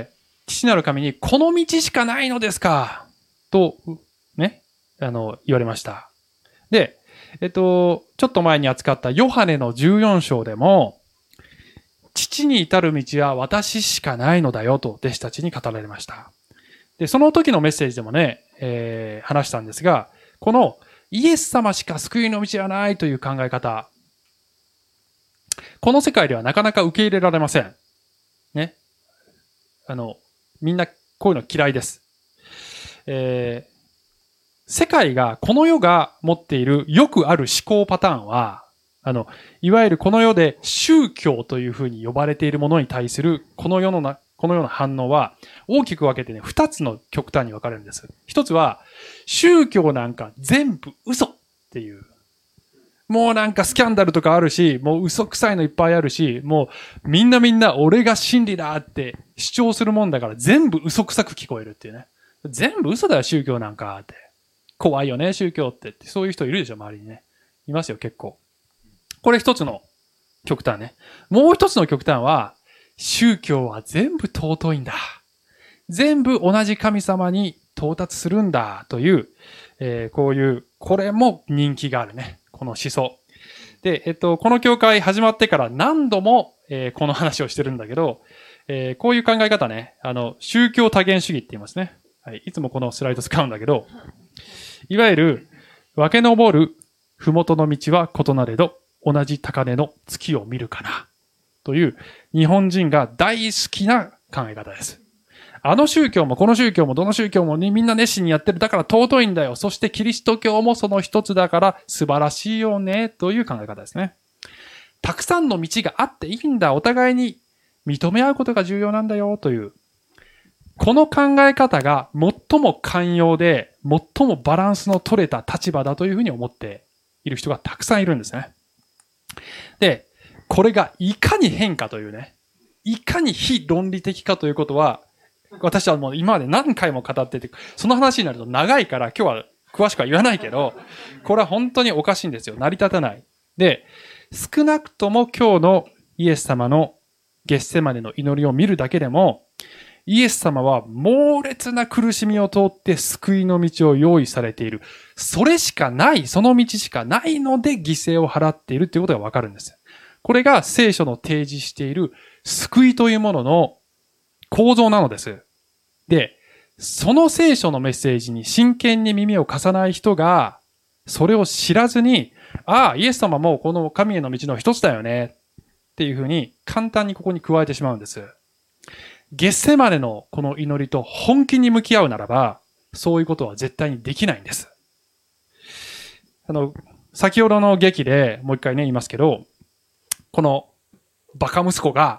父なる神に、この道しかないのですかと、ね、あの、言われました。で、えっと、ちょっと前に扱ったヨハネのじゅうよん章でも、父に至る道は私しかないのだよと弟子たちに語られました。で、その時のメッセージでもね、えー、話したんですが、このイエス様しか救いの道はないという考え方、この世界ではなかなか受け入れられません。ね。あの、みんなこういうの嫌いです。えー、世界が、この世が持っているよくある思考パターンは、あの、いわゆるこの世で宗教というふうに呼ばれているものに対するこの世のな、このような反応は大きく分けてね、二つの極端に分かれるんです。一つは、宗教なんか全部嘘っていう。もうなんかスキャンダルとかあるし、もう嘘くさいのいっぱいあるし、もうみんなみんな俺が真理だって主張するもんだから全部嘘くさく聞こえるっていうね。全部嘘だよ宗教なんかって。怖いよね宗教ってって。そういう人いるでしょ周りにね。いますよ結構。これ一つの極端ね。もう一つの極端は、宗教は全部尊いんだ。全部同じ神様に到達するんだという、えー、こういう、これも人気があるね。この思想。で、えっと、この教会始まってから何度も、えー、この話をしてるんだけど、えー、こういう考え方ね、あの、宗教多元主義って言いますね。はい。いつもこのスライド使うんだけど、いわゆる、分け登るふもとの道は異なれど、同じ高値の月を見るかな。という日本人が大好きな考え方です。あの宗教もこの宗教もどの宗教もみんな熱心にやってる。だから尊いんだよ。そしてキリスト教もその一つだから素晴らしいよね。という考え方ですね。たくさんの道があっていいんだ。お互いに認め合うことが重要なんだよ。という。この考え方が最も寛容で最もバランスの取れた立場だというふうに思っている人がたくさんいるんですね。で、これがいかに変かというね、いかに非論理的かということは、私はもう今まで何回も語ってて、その話になると長いから今日は詳しくは言わないけど、これは本当におかしいんですよ。成り立たない。で、少なくとも今日のイエス様のゲッセマネの祈りを見るだけでも、イエス様は猛烈な苦しみを通って救いの道を用意されている。それしかない、その道しかないので犠牲を払っているということがわかるんです。これが聖書の提示している救いというものの構造なのです。で、その聖書のメッセージに真剣に耳を貸さない人が、それを知らずに、ああ、イエス様もこの神への道の一つだよね、っていうふうに簡単にここに加えてしまうんです。ゲッセマネのこの祈りと本気に向き合うならば、そういうことは絶対にできないんです。あの、先ほどの劇でもう一回ね言いますけど、このバカ息子が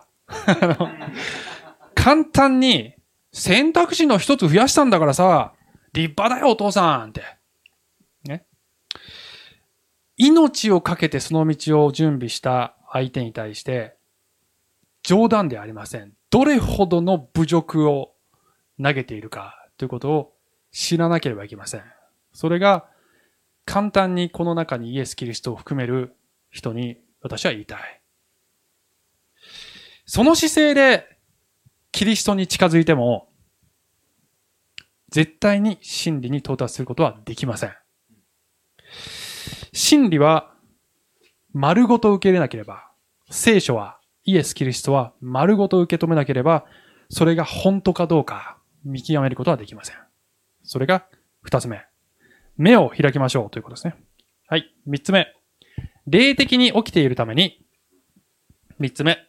簡単に選択肢の一つ増やしたんだからさ、立派だよお父さんって。ね。命をかけてその道を準備した相手に対して、冗談ではありません。どれほどの侮辱を投げているかということを知らなければいけません。それが簡単にこの中にイエス・キリストを含める人に私は言いたい。その姿勢でキリストに近づいても絶対に真理に到達することはできません。真理は丸ごと受け入れなければ、聖書はイエス・キリストは丸ごと受け止めなければ、それが本当かどうか見極めることはできません。それが二つ目。目を開きましょうということですね。はい。三つ目。霊的に起きているために、三つ目。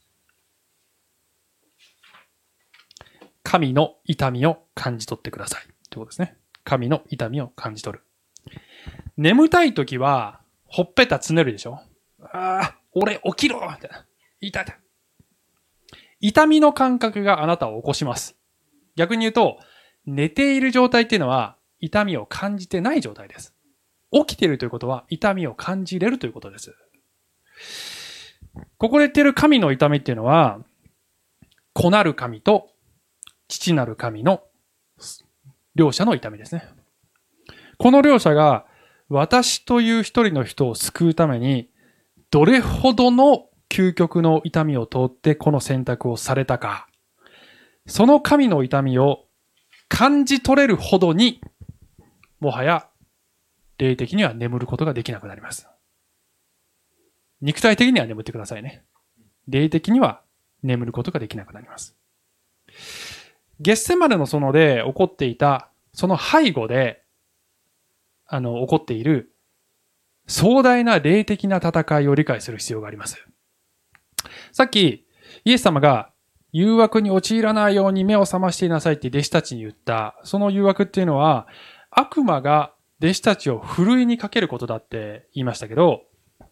神の痛みを感じ取ってください。ということですね。神の痛みを感じ取る。眠たいときは、ほっぺたつねるでしょ。ああ、俺起きろみたいな。痛い痛い。痛みの感覚があなたを起こします。逆に言うと、寝ている状態っていうのは痛みを感じてない状態です。起きているということは痛みを感じれるということです。ここで言っている神の痛みっていうのは、子なる神と父なる神の両者の痛みですね。この両者が私という一人の人を救うためにどれほどの究極の痛みを通ってこの選択をされたか。 その神の痛みを感じ取れるほどに、もはや霊的には眠ることができなくなります。肉体的には眠ってくださいね。霊的には眠ることができなくなります。ゲッセマネの園で起こっていた、その背後で、あの、起こっている壮大な霊的な戦いを理解する必要があります。さっき、イエス様が誘惑に陥らないように目を覚ましていなさいって弟子たちに言った、その誘惑っていうのは、悪魔が弟子たちをふるいにかけることだって言いましたけど、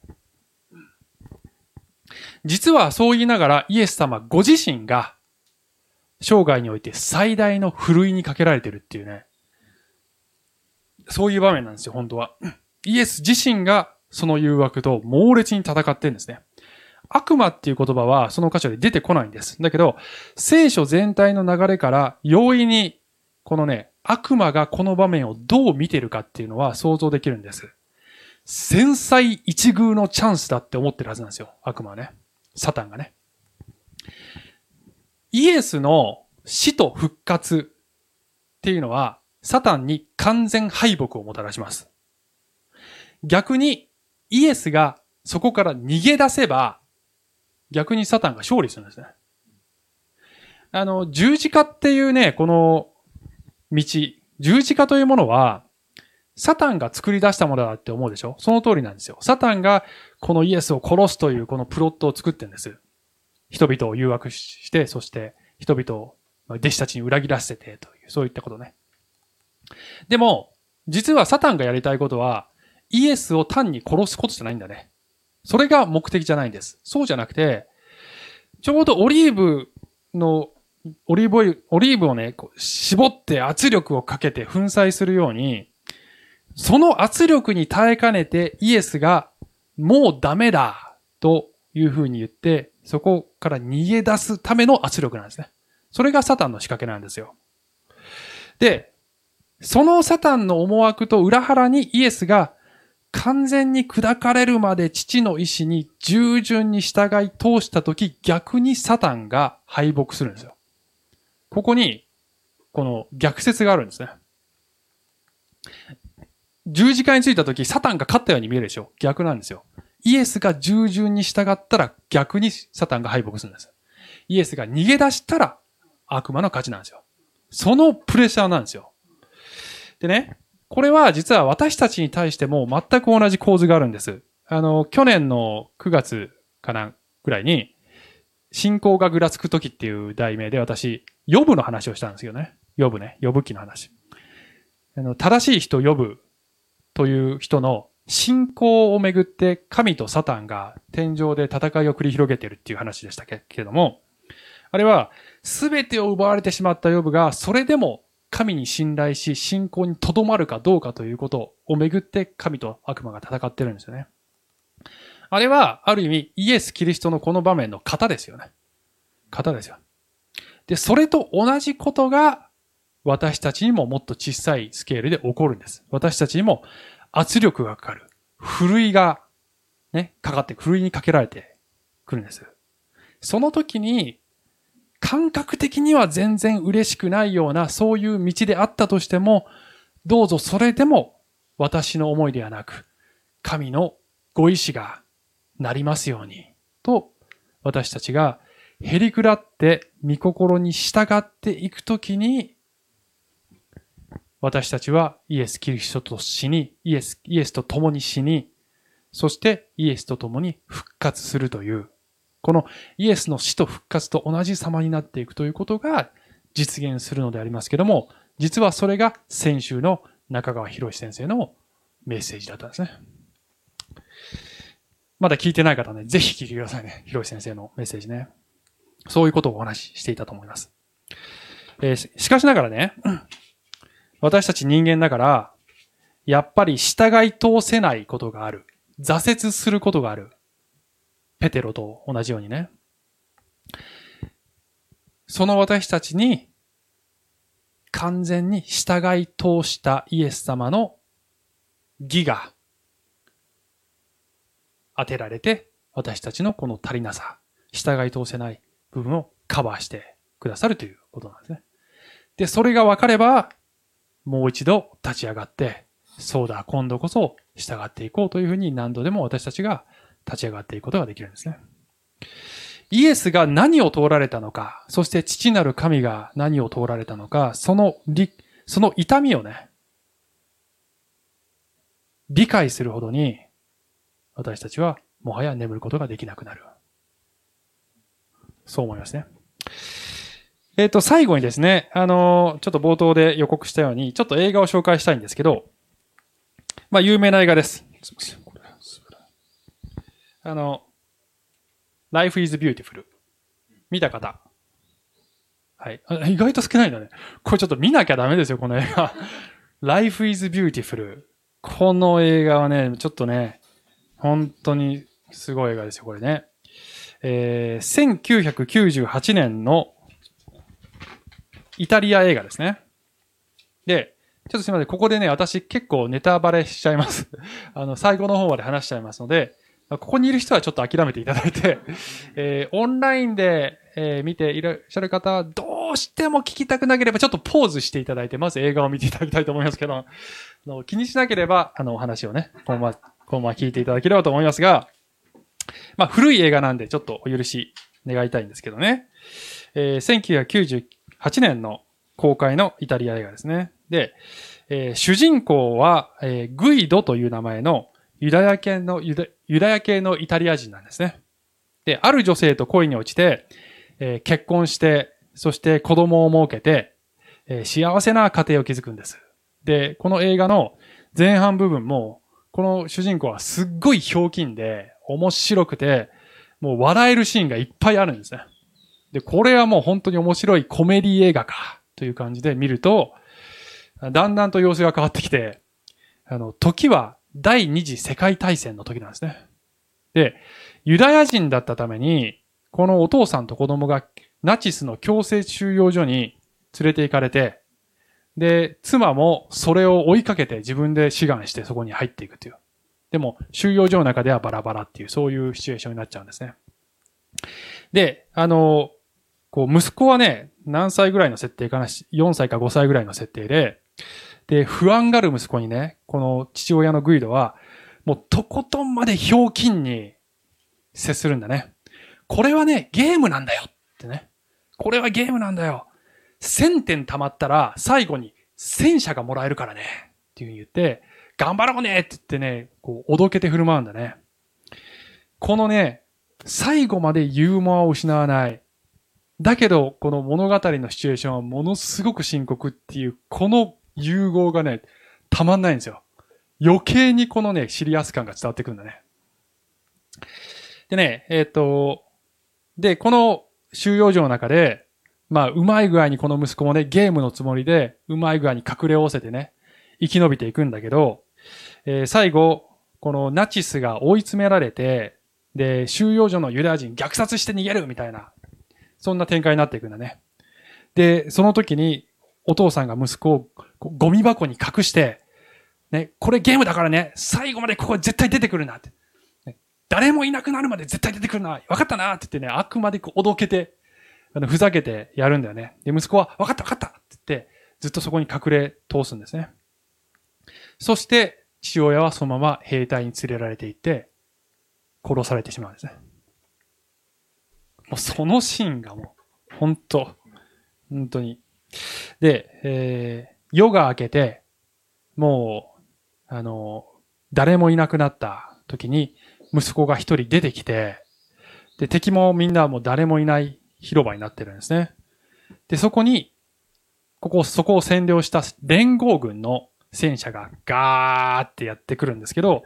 実はそう言いながらイエス様ご自身が生涯において最大のふるいにかけられてるっていうね。そういう場面なんですよ、本当は。イエス自身がその誘惑と猛烈に戦ってるんですね。悪魔っていう言葉はその箇所で出てこないんです。だけど、聖書全体の流れから容易にこのね、悪魔がこの場面をどう見てるかっていうのは想像できるんです。千載一遇のチャンスだって思ってるはずなんですよ、悪魔はね。サタンがね。イエスの死と復活っていうのは、サタンに完全敗北をもたらします。逆に、イエスがそこから逃げ出せば、逆にサタンが勝利するんですね。あの、十字架っていうね、この道、十字架というものは、サタンが作り出したものだって思うでしょ？その通りなんですよ。サタンがこのイエスを殺すというこのプロットを作ってるんです。人々を誘惑して、そして人々を弟子たちに裏切らせてという、そういったことね。でも、実はサタンがやりたいことは、イエスを単に殺すことじゃないんだね。それが目的じゃないんです。そうじゃなくて、ちょうどオリーブの、オリーブオイル、オリーブをね、絞って圧力をかけて粉砕するように、その圧力に耐えかねてイエスがもうダメだというふうに言って、そこから逃げ出すための圧力なんですね。それがサタンの仕掛けなんですよ。で、そのサタンの思惑と裏腹にイエスが完全に砕かれるまで父の意志に従順に従い通したとき、逆にサタンが敗北するんですよ。ここに、この逆説があるんですね。十字架についたとき、サタンが勝ったように見えるでしょ？逆なんですよ。イエスが従順に従ったら逆にサタンが敗北するんです。イエスが逃げ出したら悪魔の勝ちなんですよ。そのプレッシャーなんですよ。でね、これは実は私たちに対しても全く同じ構図があるんです。あの、去年のくがつかなぐらいに、信仰がぐらつくときっていう題名で私、ヨブの話をしたんですよね。ヨブね、ヨブ記の話。あの、正しい人ヨブという人の信仰をめぐって神とサタンが天上で戦いを繰り広げているっていう話でしたけれども、あれは全てを奪われてしまったヨブがそれでも神に信頼し信仰に留まるかどうかということをめぐって神と悪魔が戦ってるんですよね。あれはある意味イエス・キリストのこの場面の型ですよね。型ですよ。で、それと同じことが私たちにももっと小さいスケールで起こるんです。私たちにも圧力がかかる。ふるいがね、かかって、ふるいにかけられてくるんです。その時に感覚的には全然嬉しくないようなそういう道であったとしても、どうぞそれでも私の思いではなく、神のご意志がなりますようにと、私たちがへりくらって御心に従っていくときに、私たちはイエス・キリストと死に、イエス、イエスと共に死に、そしてイエスと共に復活するという、このイエスの死と復活と同じ様になっていくということが実現するのでありますけども、実はそれが先週の中川博先生のメッセージだったんですね。まだ聞いてない方はね、ぜひ聞いてくださいね。博先生のメッセージね。そういうことをお話ししていたと思います。えー、しかしながらね、私たち人間だから、やっぱり従い通せないことがある。挫折することがある。ペテロと同じようにね。その私たちに完全に従い通したイエス様の義が当てられて、私たちのこの足りなさ、従い通せない部分をカバーしてくださるということなんですね。で、それが分かれば、もう一度立ち上がって、そうだ、今度こそ従っていこうというふうに何度でも私たちが立ち上がっていくことができるんですね。イエスが何を通られたのか、そして父なる神が何を通られたのか、その理、その痛みをね、理解するほどに、私たちはもはや眠ることができなくなる。そう思いますね。えっと、最後にですね、あの、ちょっと冒頭で予告したように、ちょっと映画を紹介したいんですけど、まあ、有名な映画です。あの、Life is Beautiful。見た方。はい。意外と少ないんだね。これちょっと見なきゃダメですよ、この映画。Life is Beautiful。この映画はね、ちょっとね、本当にすごい映画ですよ、これね。えー、せんきゅうひゃくきゅうじゅうはちねんのイタリア映画ですね。で、ちょっとすみません。ここでね、私結構ネタバレしちゃいます。あの、最後の方まで話しちゃいますので、ここにいる人はちょっと諦めていただいて、えー、オンラインで、えー、見ていらっしゃる方は、どうしても聞きたくなければ、ちょっとポーズしていただいて、まず映画を見ていただきたいと思いますけど、あの気にしなければ、あの、お話をね、このまま、このまま聞いていただければと思いますが、まあ、古い映画なんで、ちょっとお許し願いたいんですけどね。えー、せんきゅうひゃくきゅうじゅうはちねんの公開のイタリア映画ですね。で、えー、主人公は、えー、グイドという名前のユダヤ系のユダ、ユダヤ系のイタリア人なんですね。で、ある女性と恋に落ちて、えー、結婚して、そして子供を設けて、えー、幸せな家庭を築くんです。で、この映画の前半部分も、この主人公はすっごいひょうきんで、面白くて、もう笑えるシーンがいっぱいあるんですね。で、これはもう本当に面白いコメディ映画か、という感じで見ると、だんだんと様子が変わってきて、あの、時は第二次世界大戦の時なんですね。で、ユダヤ人だったために、このお父さんと子供がナチスの強制収容所に連れて行かれて、で、妻もそれを追いかけて自分で志願してそこに入っていくという。でも、収容所の中ではバラバラっていう、そういうシチュエーションになっちゃうんですね。で、あの、こう、息子はね、何歳ぐらいの設定かな、よんさいかごさいぐらいの設定で、で、不安がる息子にね、この父親のグイドは、もうとことんまでひょうきんに接するんだね。これはね、ゲームなんだよってね。これはゲームなんだよ。せんてん貯まったら最後に戦車がもらえるからね。っていう風に言って、頑張ろうねって言ってね、こう、おどけて振る舞うんだね。このね、最後までユーモアを失わない。だけど、この物語のシチュエーションはものすごく深刻っていう、この融合がね、たまんないんですよ。余計にこのね、シリアス感が伝わってくるんだね。でね、えっと、で、この収容所の中で、まあ、うまい具合にこの息子もね、ゲームのつもりで、うまい具合に隠れおおせてね、生き延びていくんだけど、えー、最後、このナチスが追い詰められて、で、収容所のユダヤ人虐殺して逃げるみたいな、そんな展開になっていくんだね。で、その時に、お父さんが息子をゴミ箱に隠して、ね、これゲームだからね、最後までここ絶対出てくるなって。ね、誰もいなくなるまで絶対出てくるな。分かったなって言ってね、あくまでこうおどけて、あの、ふざけてやるんだよね。で、息子は分かった分かったって言って、ずっとそこに隠れ通すんですね。そして、父親はそのまま兵隊に連れられていって、殺されてしまうんですね。もうそのシーンがもう、本当本当に。で、えー、夜が明けて、もう、あの、誰もいなくなった時に、息子が一人出てきて、で、敵もみんなもう誰もいない広場になってるんですね。で、そこに、ここ、そこを占領した連合軍の戦車がガーってやってくるんですけど、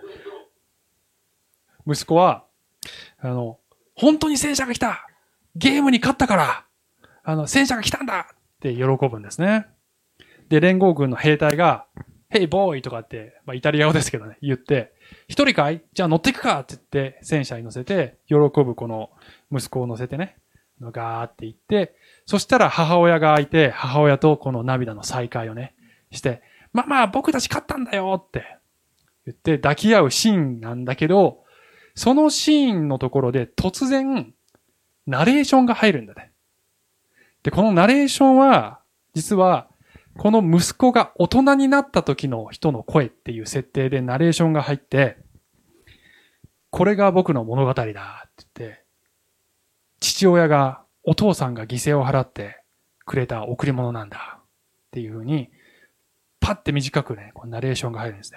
息子は、あの、本当に戦車が来た！ゲームに勝ったから、あの、戦車が来たんだって喜ぶんですね。で、連合軍の兵隊が、ヘイボーイとかって、まあ、イタリア語ですけどね、言って、一人かい？じゃあ乗っていくかって言って、戦車に乗せて、喜ぶこの息子を乗せてね、ガーって行って、そしたら母親がいて、母親とこの涙の再会をね、して、ママ、僕たち勝ったんだよって言って抱き合うシーンなんだけど、そのシーンのところで突然、ナレーションが入るんだね。 で、このナレーションは、実は、この息子が大人になった時の人の声っていう設定でナレーションが入って、これが僕の物語だって言って、父親が、お父さんが犠牲を払ってくれた贈り物なんだっていうふうに、パッて短くね、このナレーションが入るんですね。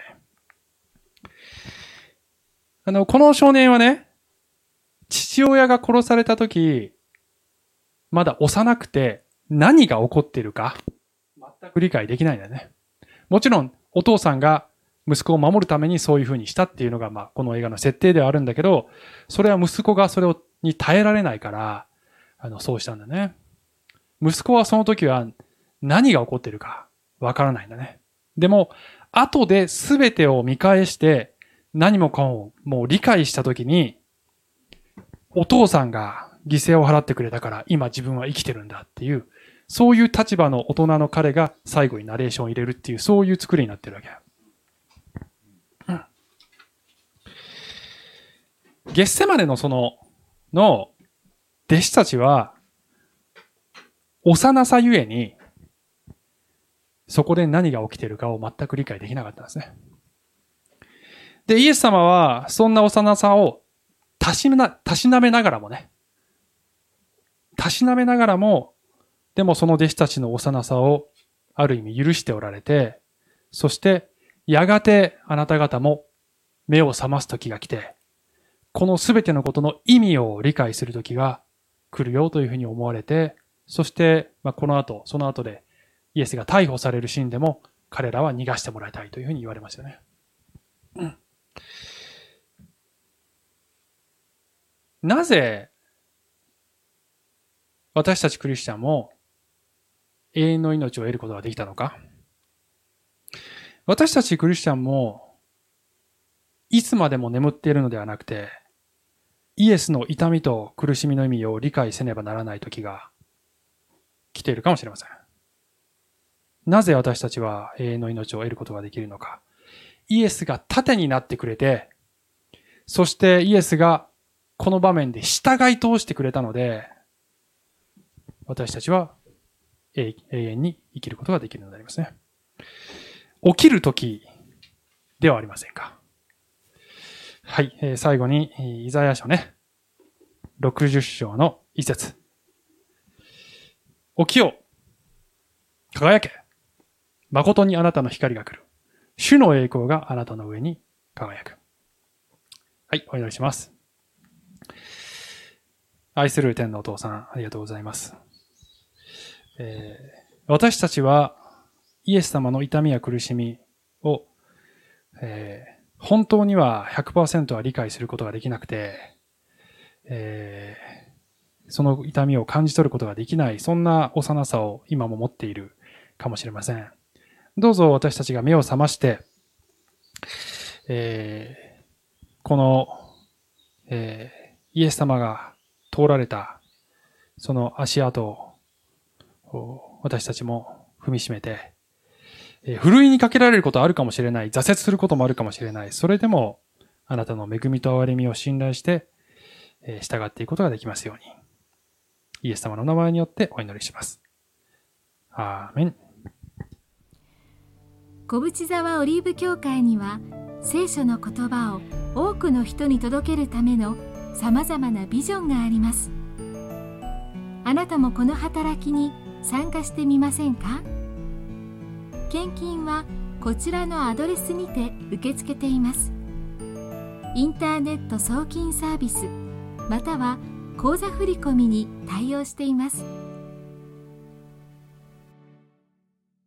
あの、この少年はね、父親が殺された時、まだ幼くて何が起こっているか、全く理解できないんだよね。もちろん、お父さんが息子を守るためにそういう風にしたっていうのが、まあ、この映画の設定ではあるんだけど、それは息子がそれをに耐えられないから、あの、そうしたんだね。息子はその時は何が起こっているかわからないんだね。でも、後で全てを見返して、何もかももう理解した時に、お父さんが犠牲を払ってくれたから今自分は生きてるんだっていう、そういう立場の大人の彼が最後にナレーションを入れるっていう、そういう作りになってるわけ。うん。ゲッセマネのその、の弟子たちは、幼さゆえに、そこで何が起きているかを全く理解できなかったんですね。で、イエス様は、そんな幼さをたしな、たしなめながらもね、たしなめながらも、でもその弟子たちの幼さをある意味許しておられて、そしてやがてあなた方も目を覚ます時が来て、このすべてのことの意味を理解する時が来るよというふうに思われて、そして、まあ、この後、その後でイエスが逮捕されるシーンでも彼らは逃がしてもらいたいというふうに言われましたね。うん、なぜ私たちクリスチャンも永遠の命を得ることができたのか。私たちクリスチャンもいつまでも眠っているのではなくて、イエスの痛みと苦しみの意味を理解せねばならない時が来ているかもしれません。なぜ私たちは永遠の命を得ることができるのか。イエスが盾になってくれて、そしてイエスがこの場面で従い通してくれたので、私たちは永遠に生きることができるのでありますね。起きる時ではありませんか。はい、えー、最後にイザヤ書ね、ろくじゅっ章の一節。起きよ、輝け、誠にあなたの光が来る。主の栄光があなたの上に輝く。はい、お祈りします。愛する天のお父さん、ありがとうございます。えー、私たちはイエス様の痛みや苦しみを、えー、本当には ひゃくパーセント は理解することができなくて、えー、その痛みを感じ取ることができない、そんな幼さを今も持っているかもしれません。どうぞ私たちが目を覚まして、えー、この、えー、イエス様が通られたその足跡を私たちも踏みしめて、えー、ふるいにかけられることあるかもしれない、挫折することもあるかもしれない、それでもあなたの恵みと憐れみを信頼して、えー、従っていくことができますように、イエス様の名前によってお祈りします。アーメン。 小淵沢オリーブ教会には聖書の言葉を多くの人に届けるためのさまざまなビジョンがあります。あなたもこの働きに参加してみませんか？献金はこちらのアドレスにて受け付けています。インターネット送金サービスまたは口座振込に対応しています。